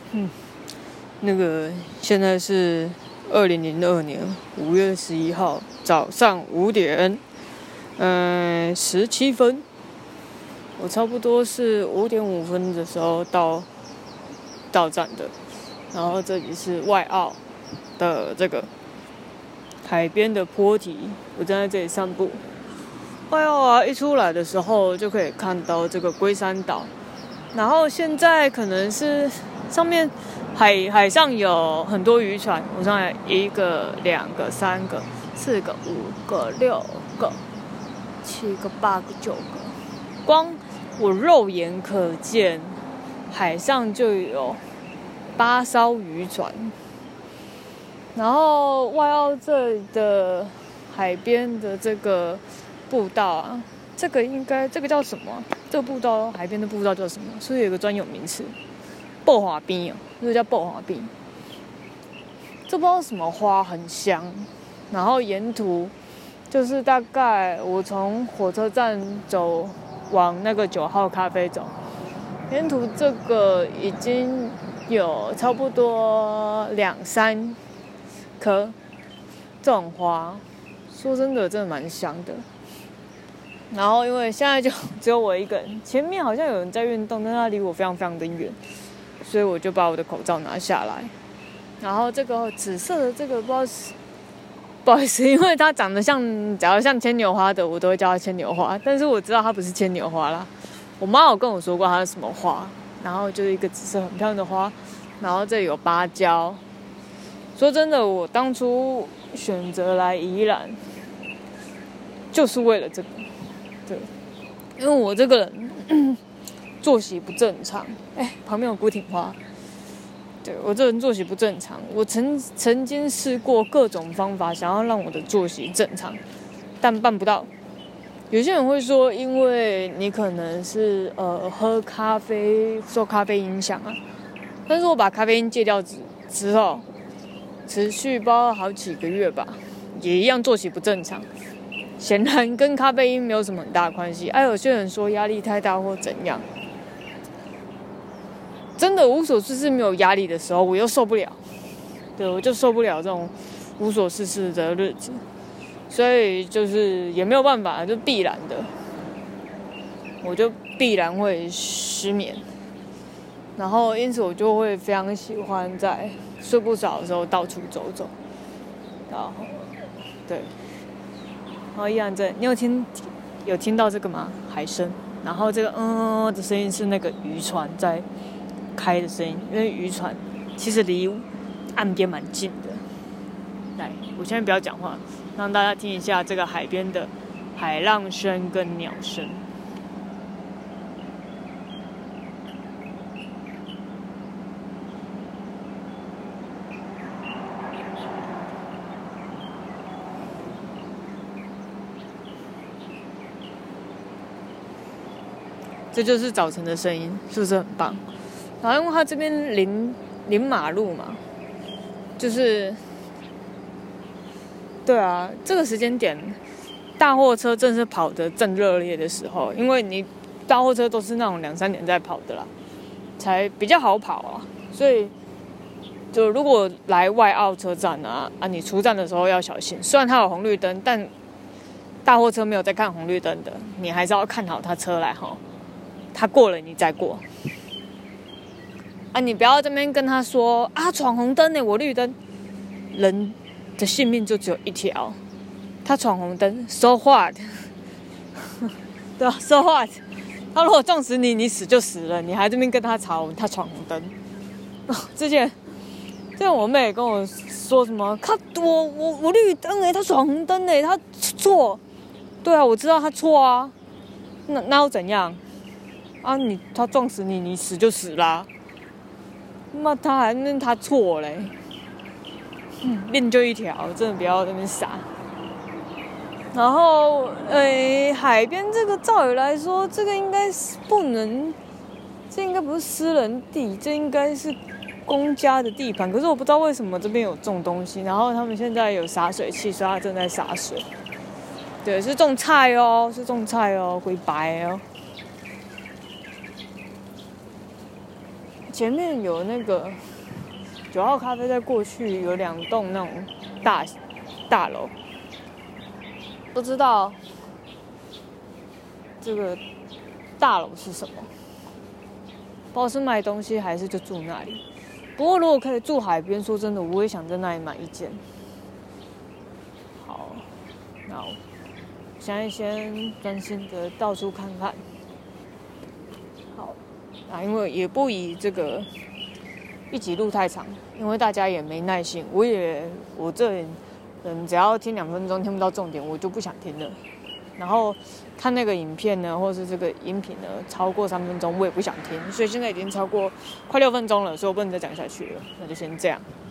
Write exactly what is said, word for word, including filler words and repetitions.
嗯，那个现在是二零零二年五月十一号早上五点，嗯，十七分。我差不多是五点五分的时候到到站的，然后这里是外澳的这个海边的坡堤，我站在这里散步。外澳啊，一出来的时候就可以看到这个龟山岛，然后现在可能是上面海海上有很多渔船，我上来一个、两个、三个、四个、五个、六个、七个、八个、九个，光我肉眼可见，海上就有八艘渔船。然后外澳这里的海边的这个步道啊，这个应该这个叫什么？这个步道海边的步道叫什么？是不是有个专有名词？爆花冰哦，这个叫爆花冰。这不知道什么花，很香。然后沿途就是大概我从火车站走往那个九号咖啡走，沿途这个已经有差不多两三棵这种花，说真的，真的蛮香的。然后因为现在就只有我一个人，前面好像有人在运动，但他离我非常非常的远，所以我就把我的口罩拿下来。然后这个紫色的这个不知道是，不好意思，因为它长得像，假如像牵牛花的，我都会叫它牵牛花，但是我知道它不是牵牛花啦。我妈有跟我说过它是什么花，然后就是一个紫色很漂亮的花，然后这里有芭蕉。说真的，我当初选择来宜兰，就是为了这个。对，因为我这个人作息不正常，哎，旁边有孤挺花。对，我这人作息不正常，我曾曾经试过各种方法，想要让我的作息正常，但办不到。有些人会说，因为你可能是呃喝咖啡受咖啡影响啊，但是我把咖啡因戒掉之之后，持续包好几个月吧，也一样作息不正常。显然跟咖啡因没有什么很大的关系。哎、啊，有些人说压力太大或怎样，真的无所事事没有压力的时候，我又受不了。对，我就受不了这种无所事事的日子，所以就是也没有办法，就必然的，我就必然会失眠。然后因此我就会非常喜欢在睡不着的时候到处走走。然后，对。然后依然在，你有听有听到这个吗？海声，然后这个嗯的声音是那个渔船在开的声音，因为渔船其实离岸边蛮近的。来，我现在不要讲话，让大家听一下这个海边的海浪声跟鸟声。这就是早晨的声音，是不是很棒？然后因为它这边临临马路嘛，就是对啊，这个时间点大货车正是跑得正热烈的时候，因为你大货车都是那种两三点在跑的啦，才比较好跑啊。所以就如果来外澳车站啊啊，你出站的时候要小心，虽然它有红绿灯，但大货车没有在看红绿灯的，你还是要看好它车来哈。他过了你再过啊！你不要这边跟他说啊，闯红灯呢，我绿灯。人的性命就只有一条，他闯红灯 ，so what？ 对啊 ，so what？ 他如果撞死你，你死就死了，你还这边跟他吵，他闯红灯。哦、之前，之前我妹跟我说什么，他我我我绿灯哎，他闯红灯哎，他错。对啊，我知道他错啊，那那又怎样？啊你他撞死你，你死就死啦。那他还那他错嘞，命就一条，真的不要在那边傻。然后，诶，海边这个照理来说，这个应该是不能，这应该不是私人地，这应该是公家的地盘。可是我不知道为什么这边有种东西，然后他们现在有洒水器，所以他正在洒水。对，是种菜哦，是种菜哦，龟白哦。 前面有那个九号咖啡，在过去有两栋那种大大楼，不知道这个大楼是什么，不知道是卖东西还是就住那里。不过如果可以住海边，说真的，我也想在那里买一间。好，那我现在先专心的到处看看。好，啊，因为也不以这个一集录太长，因为大家也没耐心，我也我这人只要听两分钟听不到重点，我就不想听了。然后看那个影片呢，或是这个音频呢，超过三分钟我也不想听，所以现在已经超过快六分钟了，所以我不能再讲下去了，那就先这样。